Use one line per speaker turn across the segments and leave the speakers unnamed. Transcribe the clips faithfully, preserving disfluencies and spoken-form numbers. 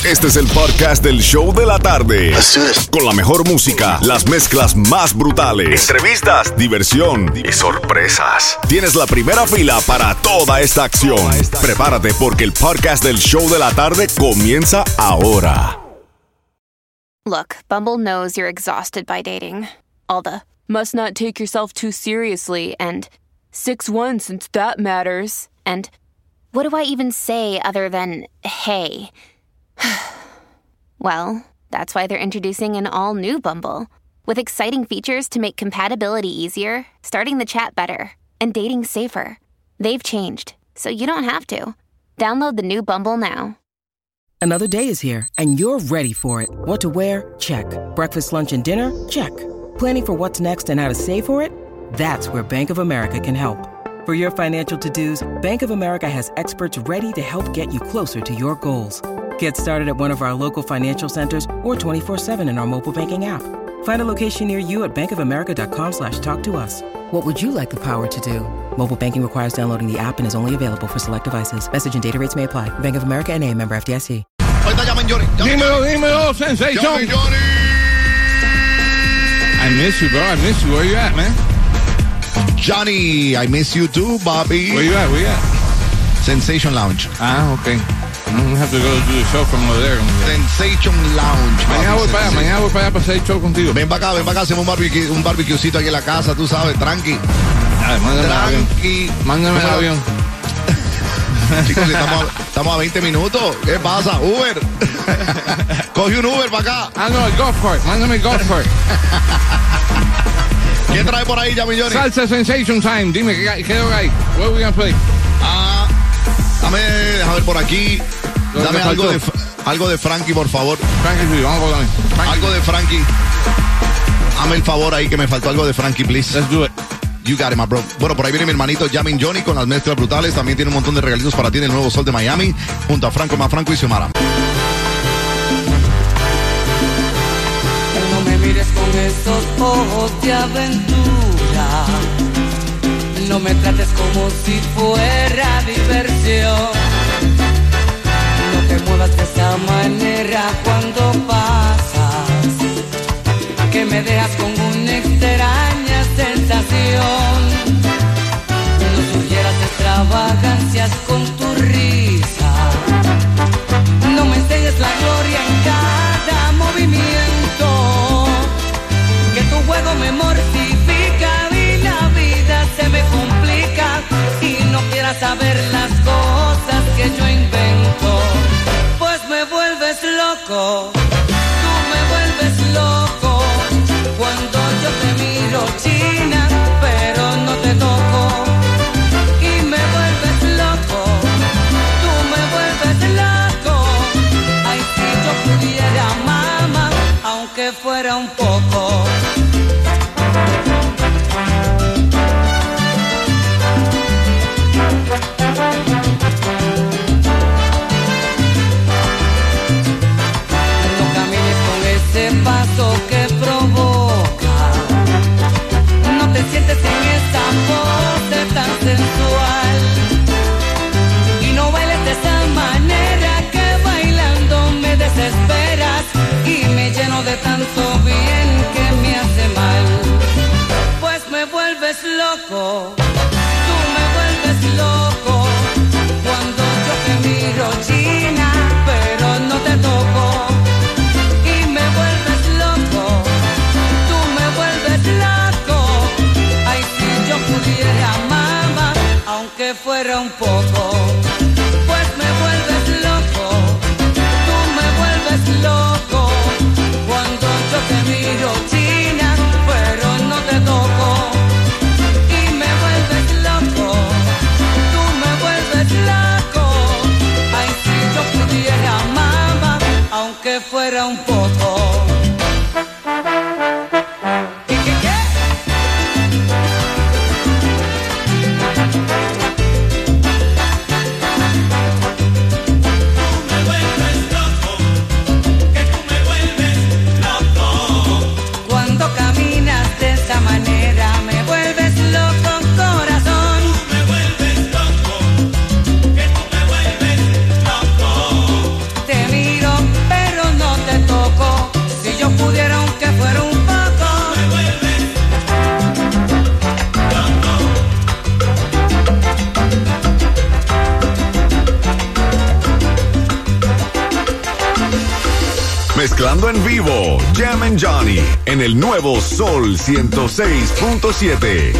Este es el podcast del show de la tarde. Con la mejor música, las mezclas más brutales, entrevistas, diversión y sorpresas. Tienes la primera fila para toda esta acción. Prepárate porque el podcast del show de la tarde comienza ahora.
Look, Bumble knows you're exhausted by dating. All the must not take yourself too seriously and six one since that matters. And what do I even say other than hey? Well, that's why they're introducing an all-new Bumble with exciting features to make compatibility easier, starting the chat better, and dating safer. They've changed, so you don't have to. Download the new Bumble now.
Another day is here, and you're ready for it. What to wear? Check. Breakfast, lunch, and dinner? Check. Planning for what's next and how to save for it? That's where Bank of America can help. For your financial to-dos, Bank of America has experts ready to help get you closer to your goals. Get started at one of our local financial centers or twenty-four seven in our mobile banking app. Find a location near you at bankofamerica.com slash talk to us. What would you like the power to do? Mobile banking requires downloading the app and is only available for select devices. Message and data rates may apply. Bank of America N A, member F D I C.
Ahorita llamen Johnny.
Dímelo, dímelo, Sensation.
Johnny, Johnny.
I miss you, bro. I miss you. Where you at, man?
Johnny, I miss you too, Bobby.
Where you at? Where you at?
Sensation Lounge.
Ah, okay. I'm going to have to go do the show from over there.
Sensation Lounge.
Mañana voy para allá, mañana voy para allá para hacer el show contigo.
Ven para acá, ven para acá, hacemos un barbecue, un barbecuecito aquí en la casa, tú sabes, tranqui.
Dale, mándame
tranqui.
el avión. Mándame el avión.
Chicos, estamos, estamos a veinte minutos. ¿Qué pasa? Uber. Coge un Uber para acá.
Ah, no, el golf cart. Mándame el golf cart.
¿Qué trae por ahí, ya, millones?
Salsa Sensation Time. Dime, ¿qué, qué hay? What are we gonna play?
Ah, dame, déjame ver por aquí. Dame algo de, algo de Frankie, por favor.
Frankie, sí, vamos a Frankie.
Algo de Frankie. Dame el favor ahí que me faltó algo de Frankie, please.
Let's do it.
You got it, my bro. Bueno, por ahí viene mi hermanito Jamin Johnny con las mezclas brutales. También tiene un montón de regalitos para ti en el nuevo Sol de Miami, junto a Franco Mafranco y Xiomara.
No me mires con esos ojos de aventura. No me trates como si fuera diversión. No te muevas de esa manera cuando pasas, que me dejas con una extraña sensación. No sugieras extravagancias con tu risa. No me enseñes la gloria en cada movimiento, que tu juego me mortifica y la vida se me complica. Y no quieras saber las cosas que yo invento, pues me vuelves loco. Tú me vuelves loco cuando yo te miro, china, pero no te toco. Y me vuelves loco, tú me vuelves loco. Ay, si yo pudiera, mamá, aunque fuera un poco. No camines con ese paso que provoca. No te sientes en esa pose tan sensual. Y no bailes de esa manera que bailando me desesperas y me lleno de tanto bien que me hace mal. Pues me vuelves loco. Tú me vuelves loco cuando yo te miro, china, pero no te toco. Y me vuelves loco. Tú me vuelves loco. Ay, si yo pudiera, mamá, aunque fuera un poco. Pues me vuelves loco. Tú me vuelves loco cuando yo te miro, china, pero no te toco. Y me vuelves loco. Tú me vuelves loco. Ay, si yo pudiera, mamá, aunque fuera un poco. ¿Qué, qué, qué? Cuando caminas de esa manera me vuelves loco, corazón.
Me vuelves loco, que tú me vuelves loco.
Te miro,
Mezclando en vivo, Jam and Johnny, en el nuevo Sol ciento seis punto siete.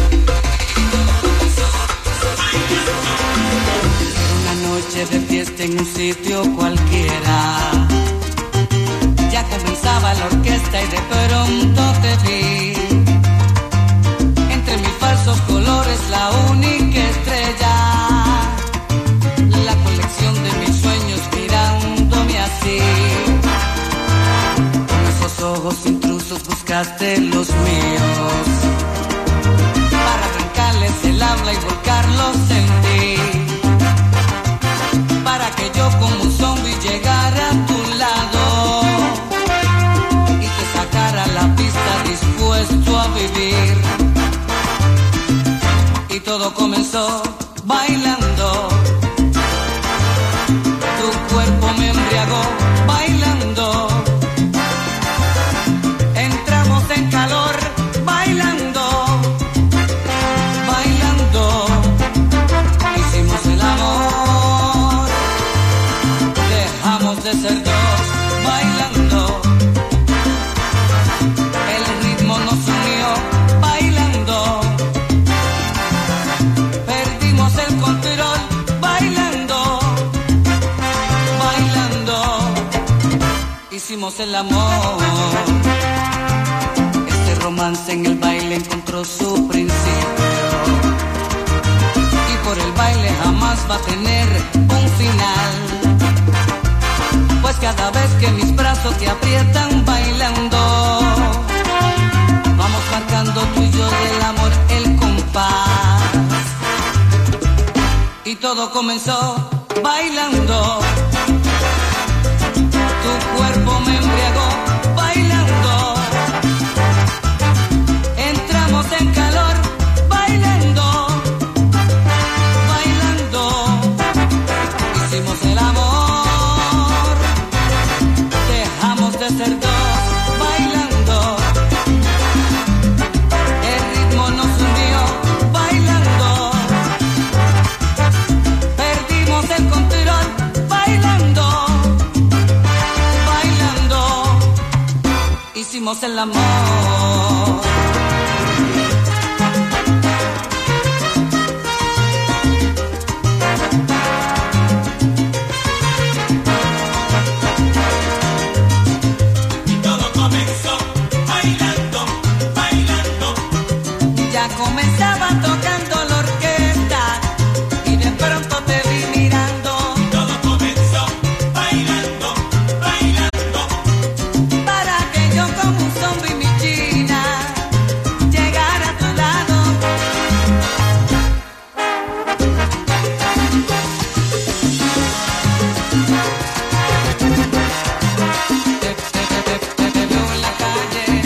Una noche de fiesta en un sitio cualquiera. Ya comenzaba la orquesta y de pronto te vi. Entre mis falsos colores, la única estrella. La colección de mis sueños mirándome así. Con esos ojos intrusos buscaste los míos. Para arrancarles el habla y volcarlos en ti. Para que yo como un zombie llegara a tu lado y te sacara a la pista dispuesto a vivir. Y todo comenzó bailando. Tu cuerpo me embriagó bailando. Entramos en calor bailando, bailando. Hicimos el amor. Dejamos de ser dos bailando. El ritmo nos unió bailando. Perdimos el control bailando, bailando. Hicimos el amor. Este romance en el baile encontró su principio. Y por el baile jamás va a tener un final. Pues cada vez que mis brazos te aprietan bailando, vamos marcando tú y yo del amor el compás. Y todo comenzó bailando. Tu cuerpo me embriagó bailando. Entramos en calor bailando, bailando. Hicimos el amor. Dejamos de ser dos bailando. El ritmo nos unió bailando. Perdimos el control bailando, bailando. Hicimos el amor. Ya comenzaba tocando la orquesta y de pronto te vi mirando. Todo comenzó bailando, bailando. Para que yo como un zombie mi china llegara a tu lado. Te, te, te, te, te veo en la calle.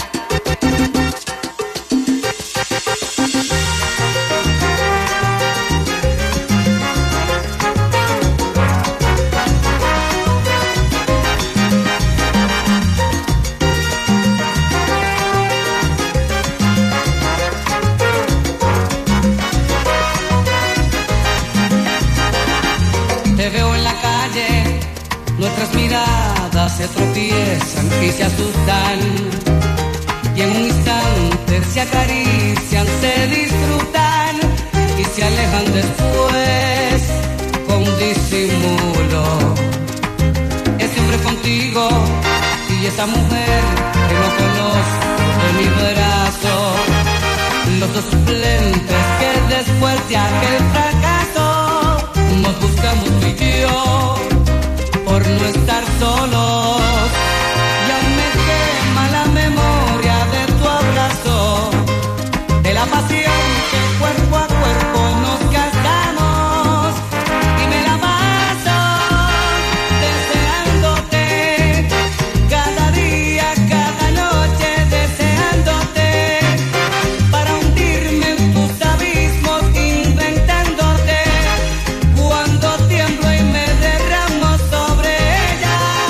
Te veo en la calle, nuestras miradas se tropiezan y se asustan. Y en un instante se acarician, se disfrutan y se alejan después con disimulo. Ese hombre contigo y esa mujer que no conozco de mi brazo. Los dos suplentes que después de aquel fracaso nos buscamos tú y yo por no estar solos. Ya me quema la memoria de tu abrazo, de la pasión que cuerpo a cuerpo nos gastamos. Y me la paso deseándote, cada día, cada noche deseándote, para hundirme en tus abismos inventándote. Cuando tiemblo y me derramo sobre ella,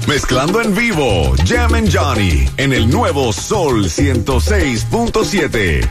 Mezclando en vivo, Jam and Johnny, en el nuevo Sol ciento seis punto siete.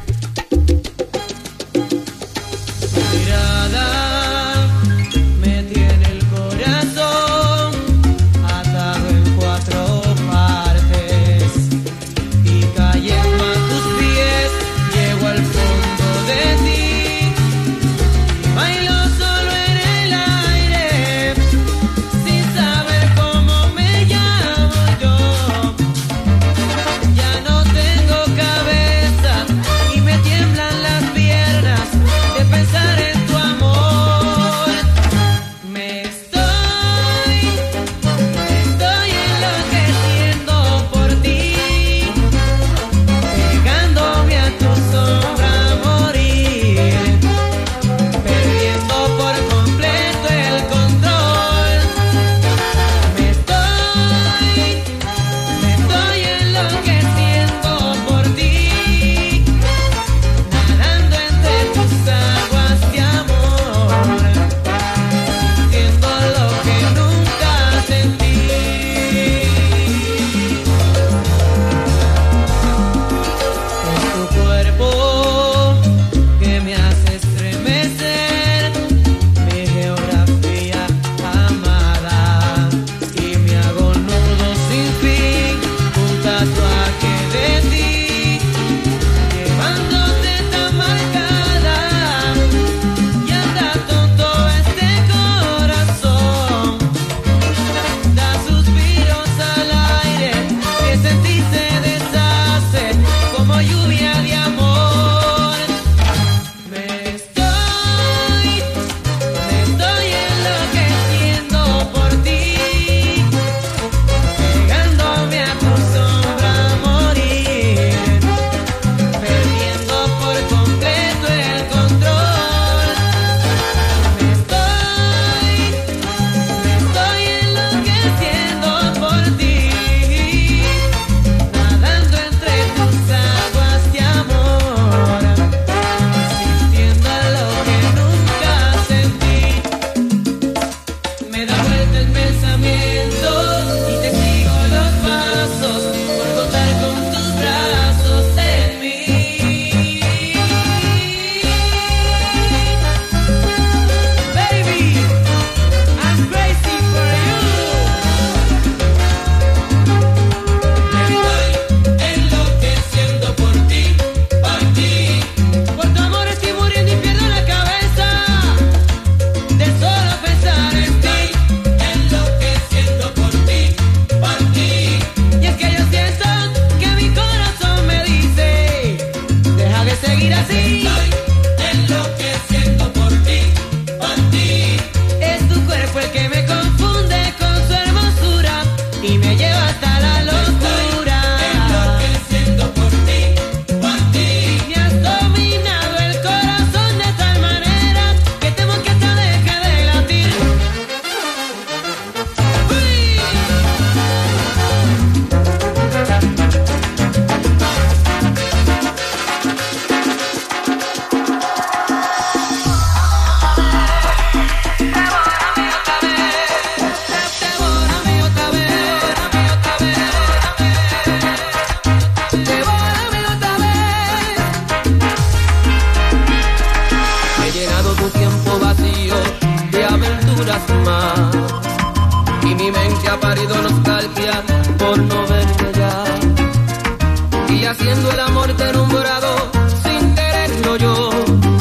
Haciendo el amor te he nombrado sin quererlo yo,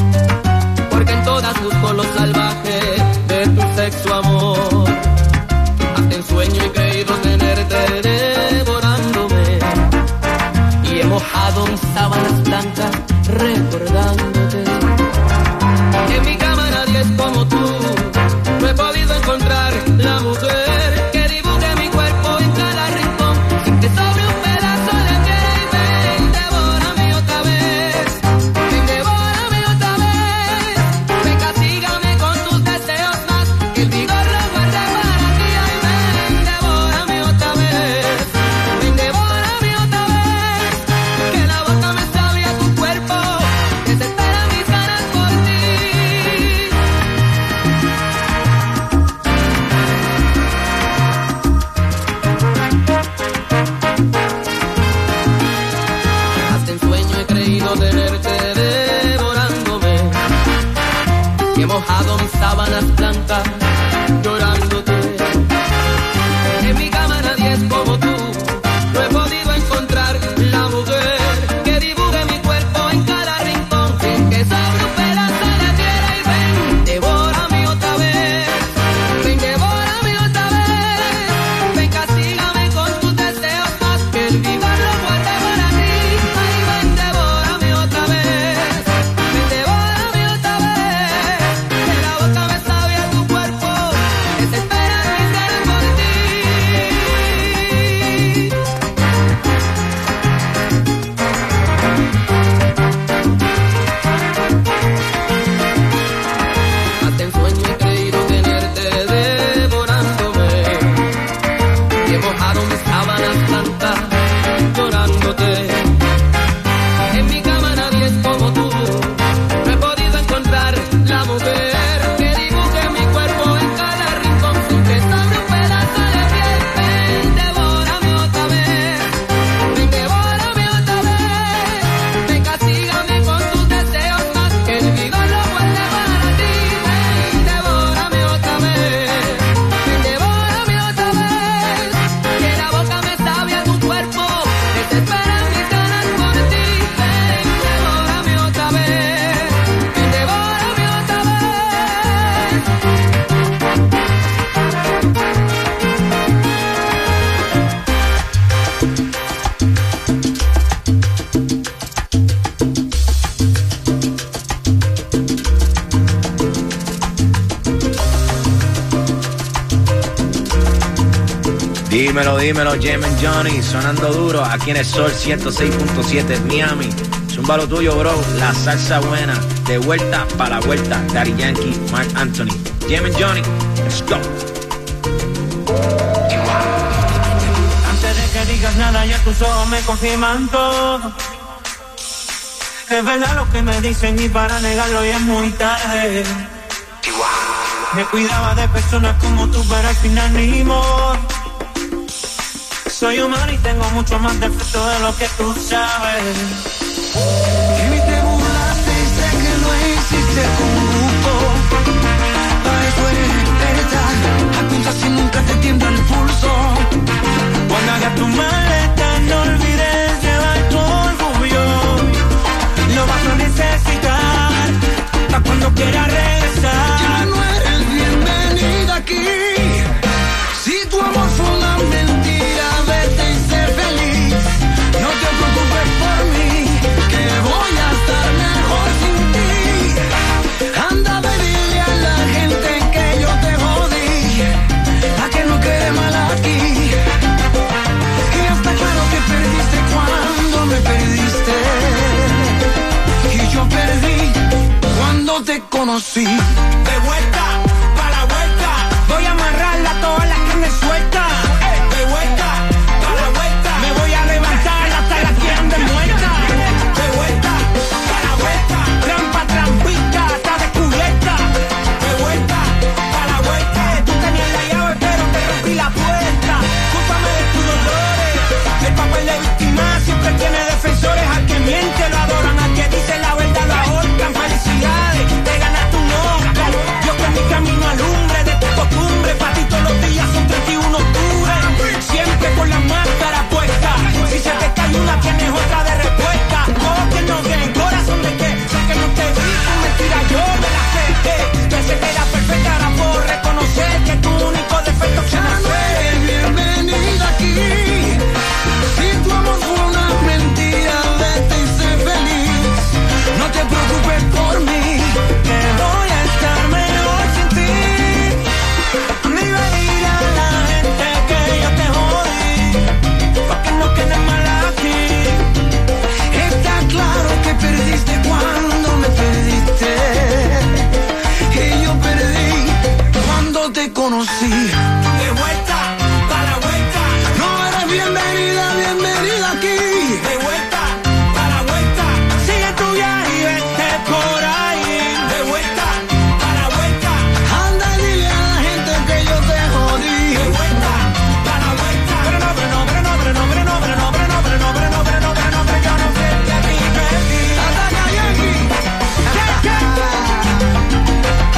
porque en todas busco lo salvaje de tu sexo amor. Hasta en sueño he creído tenerte devorándome, y he mojado mis sábanas blancas recordándote. En mi cama nadie es como tú, no he podido encontrar la mujer que dibuje mi cuerpo y he mojado mis sábanas blancas llorándote. En mi cama nadie es como tú, no he podido encontrar la mujer que dibuje mi cuerpo en cada rincón, sin que sobre un pedazo de tierra. Y ven, devórame otra vez, ven, devórame otra vez, ven, castígame con tus deseos más que el vivar lo guarde para ti. Ay, ven, devórame otra vez, ven, devórame otra vez, que la boca me sabe a tu cuerpo, desesperan mis ganas por ti. Hasta en sueño he creído tenerte devorándome y he mojado mis sábanas blancas llorándote. En mi cama nadie es como tú, no he podido encontrar la mujer que dibuje mi cuerpo en cada rincón, sin que sobre un pedazo de piel. Ven, devórame otra vez, ven, devórame otra vez, ven, castígame con tus deseos más que el vigor lo guarde para ti. Ven, devórame otra vez, ven, devórame otra vez, que la boca me sabe a tu cuerpo, desesperan mis ganas por ti. Ven, devórame otra vez, ven, devórame otra vez.
Dímelo, dímelo, Jamin Johnny, sonando duro aquí en el Sol ciento seis punto siete Miami. Zumba lo tuyo, bro, la salsa buena, de vuelta para la vuelta, Daddy Yankee, Mark Anthony. Jamin Johnny, let's go.
Antes de que digas nada, ya tus ojos me confirman todo. Es verdad lo que me dicen y para negarlo ya es muy tarde. Me cuidaba de personas como tú, pero al final ni modo. Soy humano y tengo mucho más defectos de lo que tú sabes.
Que ni te burlaste y sé que lo hiciste con gusto. Para eso eres experta, apunta si nunca te tiembla el pulso.
Cuando hagas tu maleta no olvides llevar tu orgullo. Lo vas a necesitar para cuando quieras regresar.
Ya no eres bienvenida aquí. Si tu amor fue una mentira, vete y sé feliz. No te preocupes por mí, que voy a estar mejor sin ti. Anda, ve, dile a la gente que yo te jodí, a que no quede mal aquí. Y está claro que perdiste cuando me perdiste, y yo perdí cuando te conocí.
De vuelta para la vuelta, voy a amarrarla toda la carne suelta. De vuelta para la vuelta, me voy a levantar hasta la quien de muerta. De vuelta para la vuelta, trampa, trampita, está descubierta. De vuelta para la vuelta, tú tenías la llave pero te rompí la puerta. Cúlpame de tus dolores, el papel de víctima siempre tiene defensores. Al que miente lo adoran, al que dice la verdad lo ahorcan. Felicidades, te ganaste un Oscar. Yo que mi camino alumbre de tu costumbre, pa' ti todos los días son treinta y uno de octubre. Siempre con la máscara puesta, si se te cae una tienes otra de respuesta. Ojos que no ven, corazón de qué, sé que no te vi, tu mentira yo me la sé. eh. Pensé que era perfecta, ahora puedo reconocer que tu único defecto es que
Ya
no
no
sé.
eres bienvenida aquí. Si tu amor fue una mentira, vete y sé feliz. No te preocupes por mí,
Que voy a estar mejor sin ti. Ni venir a la gente que yo te jodí, pa' que no quede mal aquí.
está claro que perdiste cuando me perdiste, y yo perdí cuando te conocí.
De vuelta para la vuelta,
No eres bienvenida, bienvenida aquí.
de vuelta para la vuelta, sigue tu viaje y vete por ahí. De vuelta para la vuelta,
Anda y dile a la gente que yo te jodí.
de vuelta para la vuelta. Pero no, pero no, pero no, pero no, pero no, pero no, pero no, pero no, pero no, pero no, pero no, pero yo no sé de ti, baby.
Ataca, Yankee.
¿Qué, qué?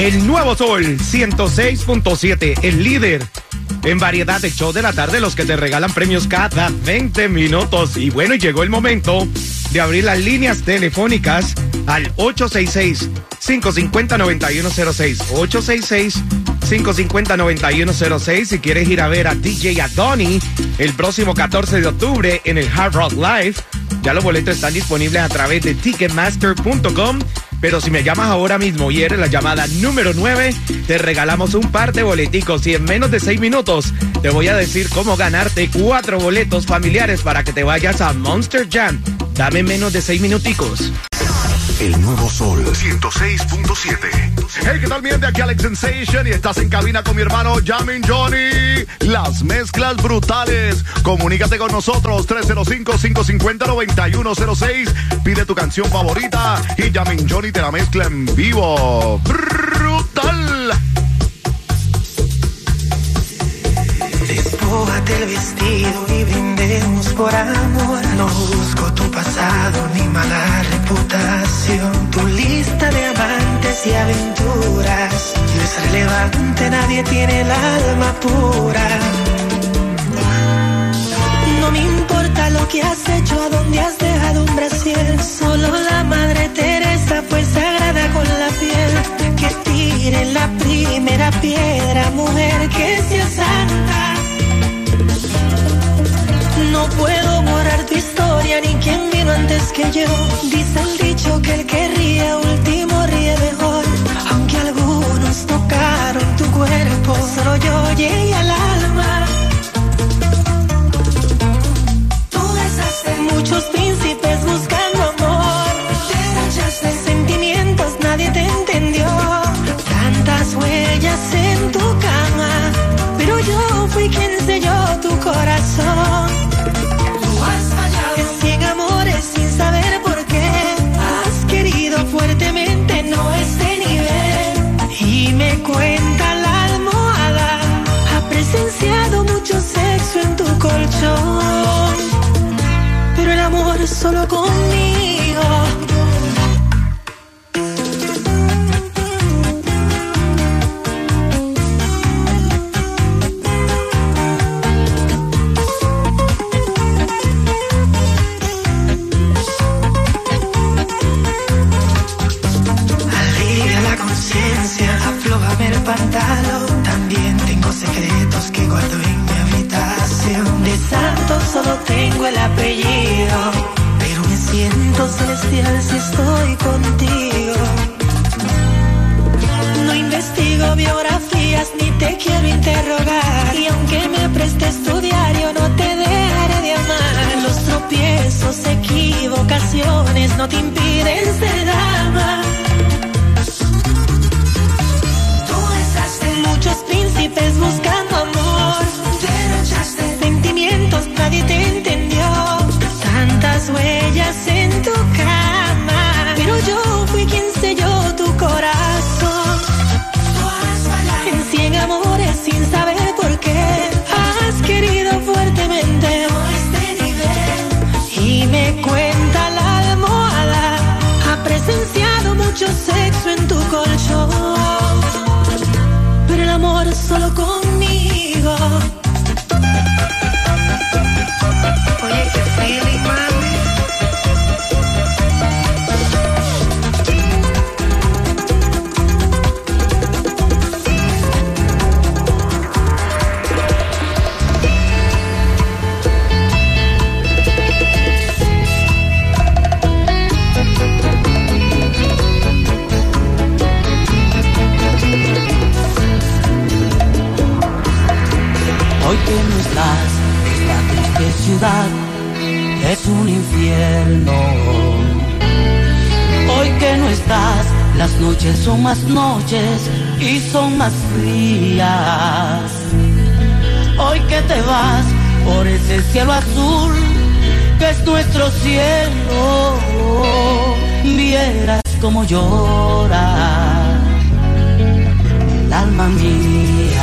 El Nuevo Sol ciento seis punto siete, el líder en variedad de show de la tarde, los que te regalan premios cada veinte minutos. Y bueno, llegó el momento de abrir las líneas telefónicas al ocho seis seis, cinco cinco cero, nueve uno cero seis. ocho seis seis, cinco cinco cero, nueve uno cero seis. Si quieres ir a ver a D J Adoni el próximo catorce de octubre en el Hard Rock Live, ya los boletos están disponibles a través de ticketmaster punto com. Pero si me llamas ahora mismo y eres la llamada número nueve, te regalamos un par de boleticos y en menos de seis minutos te voy a decir cómo ganarte cuatro boletos familiares para que te vayas a Monster Jam. Dame menos de seis minuticos.
El Nuevo Sol ciento seis punto siete.
Hey, ¿qué tal, mi gente? Aquí Alex Sensation y estás en cabina con mi hermano Jamin Johnny. Las mezclas brutales. Comunícate con nosotros, tres cero cinco, cinco cinco cero, nueve uno cero seis. Pide tu canción favorita y Jamin Johnny te la mezcla en vivo. ¡Brutal!
Despójate el vestido y brindemos por amor. No busco tu pasado ni mala reputación. Tu lista de amantes y aventuras no es relevante, nadie tiene el alma pura. No me importa lo que has hecho, a dónde has dejado un brasier. Solo la Madre Teresa fue sagrada con la piel. Que tire la primera piedra, mujer, que sea santa. No puedo borrar tu historia ni quién vino antes que yo. Dice el dicho que el que ríe último ríe mejor. Aunque algunos tocaron tu cuerpo, solo yo llegué al alma. Tú besaste muchos príncipes buscando amor. Te sentimientos, nadie te entendió. Tantas huellas en tu cama, pero yo fui quien selló tu corazón. Fuertemente no este nivel. Y me cuenta la almohada, ha presenciado mucho sexo en tu colchón, pero el amor es solo conmigo. Pantalón. También tengo secretos que guardo en mi habitación. De santo solo tengo el apellido, pero me siento celestial si estoy contigo. No investigo biografías ni te quiero interrogar, y aunque me prestes tu diario no te dejaré de amar. Los tropiezos, equivocaciones no te impiden ser dama. Muchos príncipes buscando amor, derrochaste sentimientos, nadie te entendió. Tantas huellas en tu cama, pero yo fui quien selló tu corazón. En cien amores sin saber por qué has querido fuertemente este nivel. Y me cuenta la almohada, ha presenciado mucho sexo en tu colchón, pero el amor es solo conmigo. Oye, qué feeling, mami.
Hoy que no estás, esta triste ciudad es un infierno. Hoy que no estás, las noches son más noches y son más frías. Hoy que te vas por ese cielo azul que es nuestro cielo, vieras como llora el alma mía.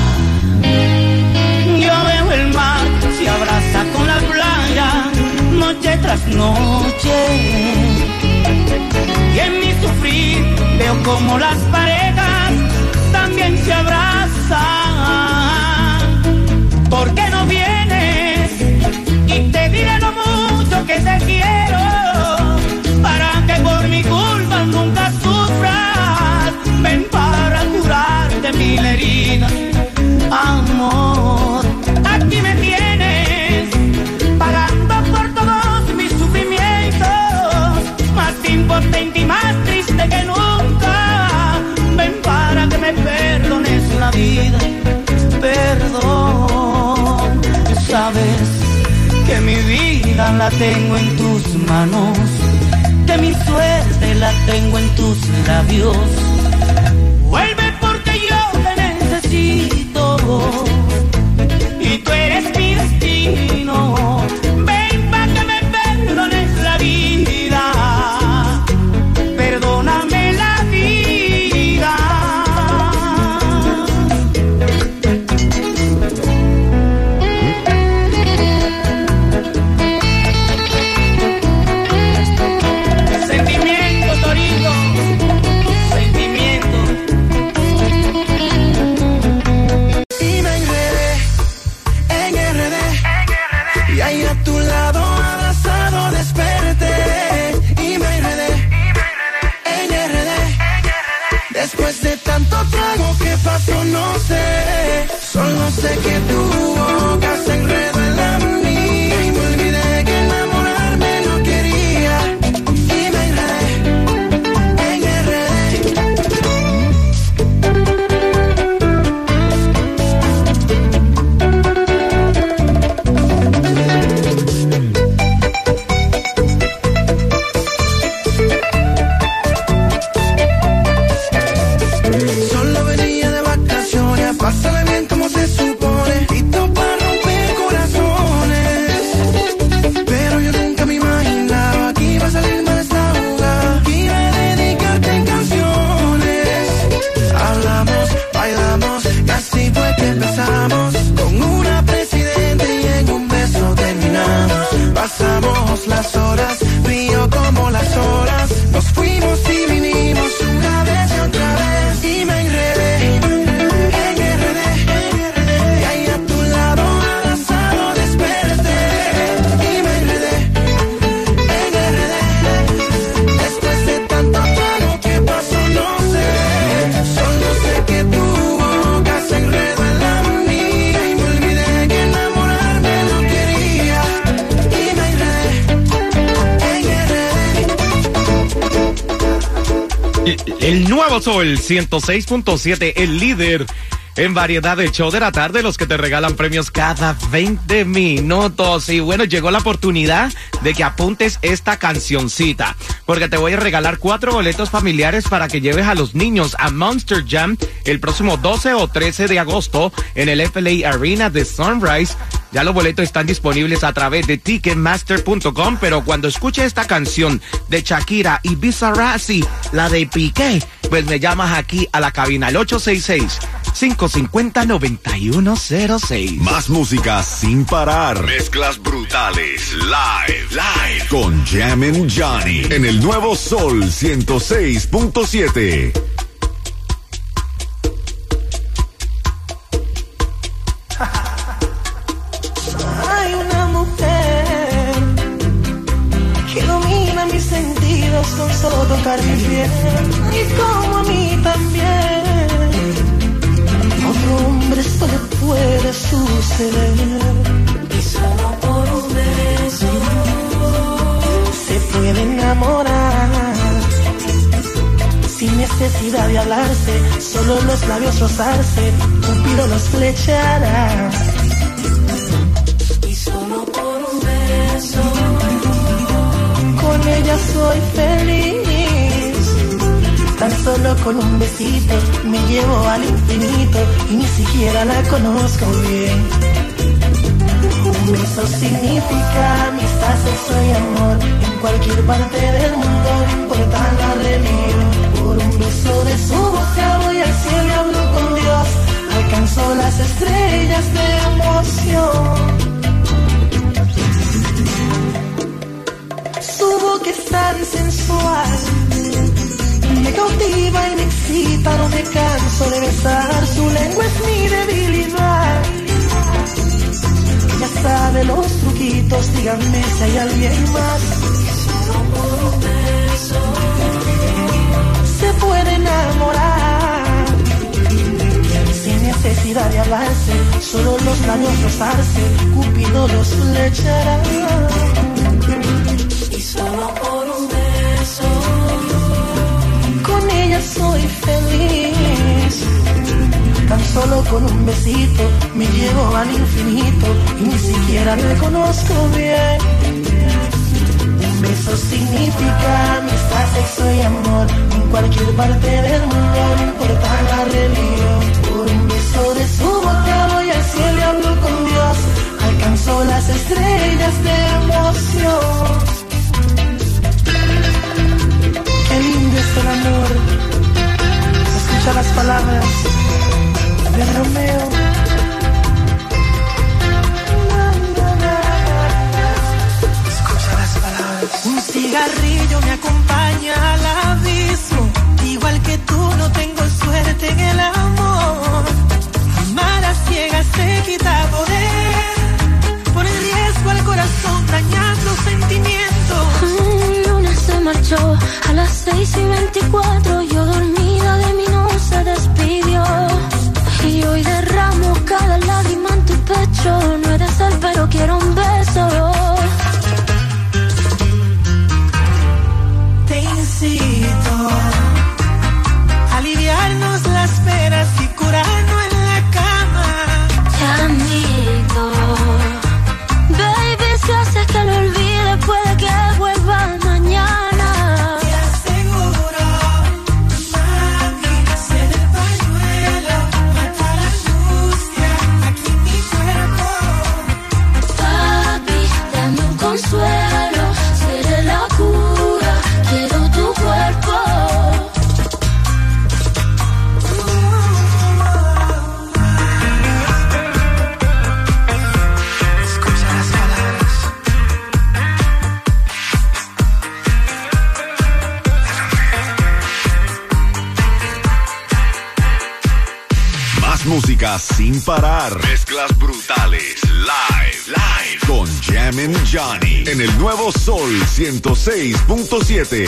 Yo veo el mar, se abraza con la playa, noche tras noche. Y en mi sufrir veo como las parejas
se abrazan. ¿Por qué no vienes? Y te diré lo mucho que te quiero, para que por mi culpa nunca sufras. Ven para curarte mil heridas, amor. Aquí me tienes, pagando por todos mis sufrimientos, más impotente y más triste que nunca. Ven para que me perdones la vida, perdón. Sabes que mi vida la tengo en tus manos, que mi suerte la tengo en tus labios. Vuelve porque yo te necesito y tú eres mi destino. Ven para que me perdones la vida, perdóname la vida. Sentimiento, Torito, sentimiento.
Y me enredé en R D, y ahí a tu lado abrazado desperté. Y me enredé en R D, después de tanto trago que pasó no sé, solo sé que tu boca se enredó en la mía y me olvidé que enamorarme no quería. Y me enredé en R D. Solo venía de vacaciones, pásale bien como se supone, listo para romper corazones. Pero yo nunca me imaginaba que iba a salirme de esta jugada, que iba a dedicarte canciones. Hablamos, bailamos, y así fue que empezamos, con una presidente y en un beso terminamos. Pasamos las horas, frío como las horas, nos fuimos y vinimos una vez y otra vez. Y me enredé en R D, y ahí a tu lado abrazado desperté. Y me enredé en R D, después de tanto trago que pasó no sé, solo sé que tu boca se enredó en la mía y me olvidé que enamorarme no quería. Y me enredé en R D.
El nuevo Sol ciento seis punto siete, el líder en variedad del show de la tarde, los que te regalan premios cada veinte minutos. Y bueno, llegó la oportunidad de que apuntes esta cancioncita, porque te voy a regalar cuatro boletos familiares para que lleves a los niños a Monster Jam el próximo doce o trece de agosto en el F L A Arena de Sunrise. Ya los boletos están disponibles a través de ticketmaster punto com, pero cuando escuche esta canción de Shakira y Bizarrap, la de Piqué, pues me llamas aquí a la cabina al ocho seis seis, cinco cinco cero, nueve uno cero seis.
Más música sin parar. Mezclas brutales. Live. Live. Con Jammin' Johnny. En el nuevo Sol ciento seis punto siete.
Hay una mujer que domina mis sentidos con solo tocar mi piel, y como a mí también, otro hombre esto le puede suceder. Y solo por un beso se puede enamorar, sin necesidad de hablarse, solo los labios rozarse, Cupido los flechará. Solo por un beso, con ella soy feliz. Tan solo con un besito me llevo al infinito y ni siquiera la conozco bien. Un beso significa amistad, sexo y amor en cualquier parte del mundo, no importa la religión. Por un beso de su boca voy al cielo y hablo con Dios, alcanzo las estrellas de emoción. Su boca es tan sensual, me cautiva y me excita, no me canso de besar. Su lengua es mi debilidad. Ella sabe los truquitos, díganme si hay alguien más. Solo por un beso se puede enamorar, sin necesidad de hablarse, solo los labios rozarse, Cupido los flechará. Y solo por un beso con ella soy feliz. Tan solo con un besito me llevo al infinito y ni siquiera me conozco bien. Un beso significa amistad, sexo y amor en cualquier parte del mundo, no importa la religión. Por un beso de su boca voy al cielo y hablo con Dios, alcanzo las estrellas de emoción. Qué lindo es el amor, escucha las palabras de Romeo. Escucha las palabras. Un cigarrillo me acompaña al abismo, igual que tú no tengo suerte en el amor. Amar a ciegas te quita poder, por el riesgo al corazón dañando sentimientos.
El lunes se marchó a las seis y veinticuatro, yo dormida de mí no se despidió. Y hoy derramo cada lágrima en tu pecho. No eres él, pero quiero un beso.
Te incito a aliviarnos las penas y curarnos en la cama.
Te admito, baby, si haces que lo olvide puede que vuelva mañana.
Te aseguro, mami, sé del pañuelo, mata la angustia aquí en mi cuerpo.
Papi, dame un consuelo, seré la cura, quiero tu cuerpo.
Escucha las palabras.
Más música sin parar. Mezclas brutales. Live. Live. Con Jammin' Johnny. En el nuevo Sol ciento seis punto siete.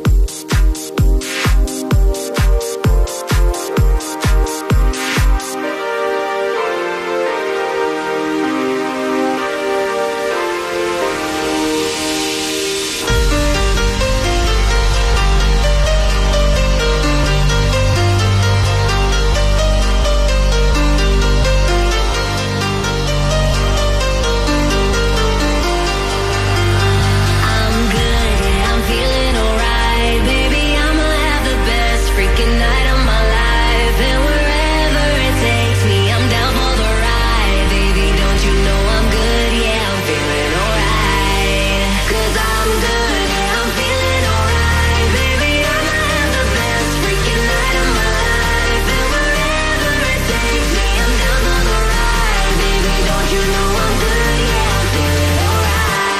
I'm good, yeah, I'm feeling alright. Baby, I'ma have the best freaking night of my life. And wherever it takes me, I'm down for the ride. Baby, don't you know I'm good, yeah, I'm feeling alright. Cause I'm good, yeah, I'm feeling alright. Baby, I'ma have the best freaking night of my life. And wherever it takes me, I'm down for the ride. Baby, don't you know I'm good, yeah, I'm feeling alright.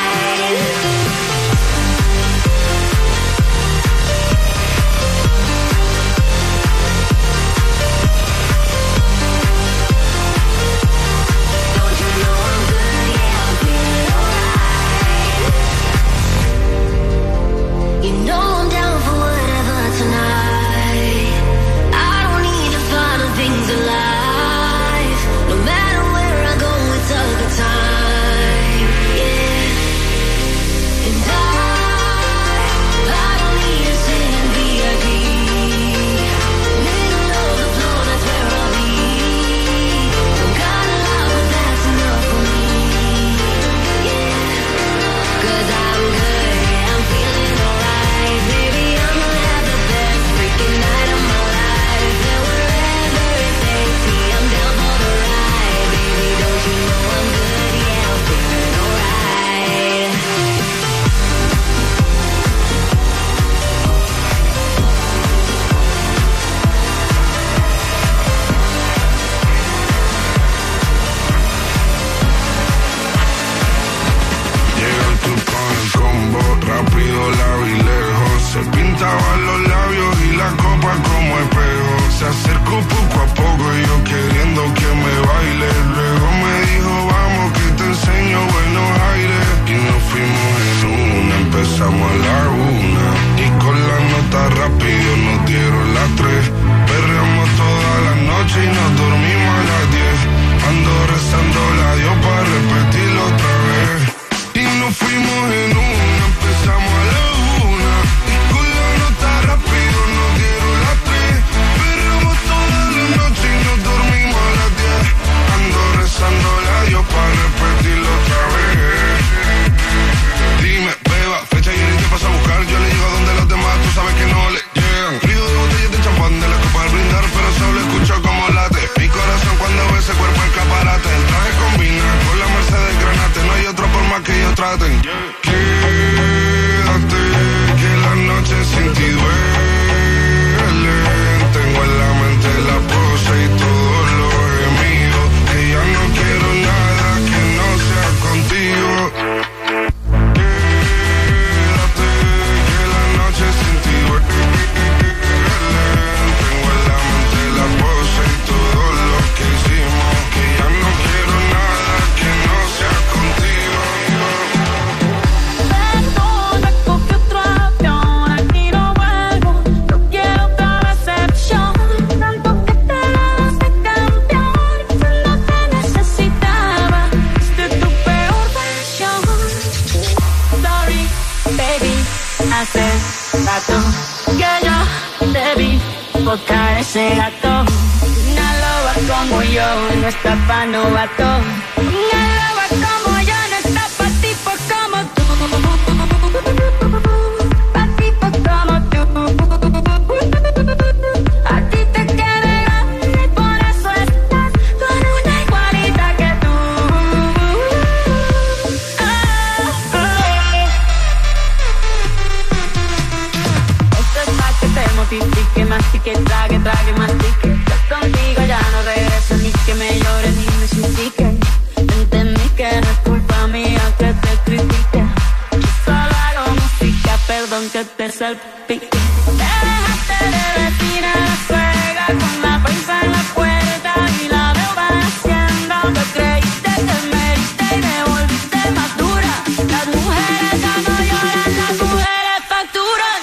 Don't you know I'm good, yeah, I'm feeling alright. You know I'm down for whatever tonight. I don't need the final things in life. No matter where I go, it's a good time, yeah. And I, I don't need to sit in V I P. Middle of the floor, that's where I'll be. Don't got a lot, but that's enough for me, yeah. Cause I'm good, yeah, I'm feeling alright. Baby, I'ma have the best freaking night of my life. And wherever it takes me, I'm down for the ride. Baby, don't you know I'm good, yeah, I'm feeling alright.
Llega el club con el combo, rápido la vi lejos. Se pintaban los labios y la cosa
gato. Una loba como yo no está pa' novato. Una loba como yo no está pa' tipos como tú. Pa' tipos como tú. A ti te quiero yo y por eso estás con una igualita que tú. Oh, oh. Esto es pa' que te mortifique, mastique, trague, trague, mastique. Yo contigo ya no regreso, ni que me llore ni me suplique. Entendí que no es culpa mía que te critique. Yo solo hago música, perdón que te salpique. Te dejaste de vecina la suegra con la prensa en la puerta y la deuda haciendo. Te creíste que me diste y me volviste más dura. Las mujeres ya no lloran, las mujeres facturan.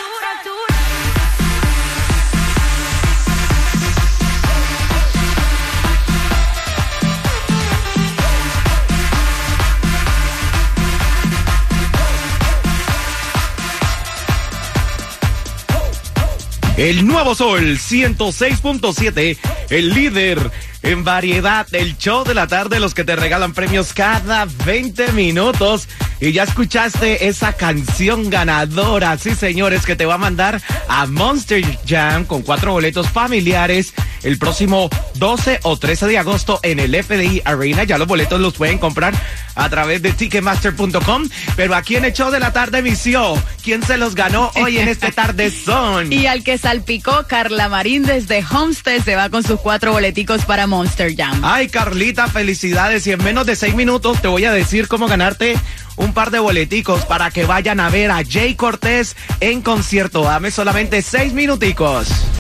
El Nuevo Sol ciento seis punto siete, el líder en variedad del show de la tarde, los que te regalan premios cada veinte minutos. Y ya escuchaste esa canción ganadora, sí señores, que te va a mandar a Monster Jam con cuatro boletos familiares el próximo doce o trece de agosto en el F D I Arena. Ya los boletos los pueden comprar a través de ticketmaster punto com. Pero aquí en el show de la tarde, misión, ¿quién se los ganó hoy en este tardezón?
Y al que salpicó, Carla Marín desde Homestead se va con sus cuatro boleticos para Monster Jam.
Ay, Carlita, felicidades. Y en menos de seis minutos te voy a decir cómo ganarte un par de boleticos para que vayan a ver a Jay Cortés en concierto. Dame solamente seis minuticos.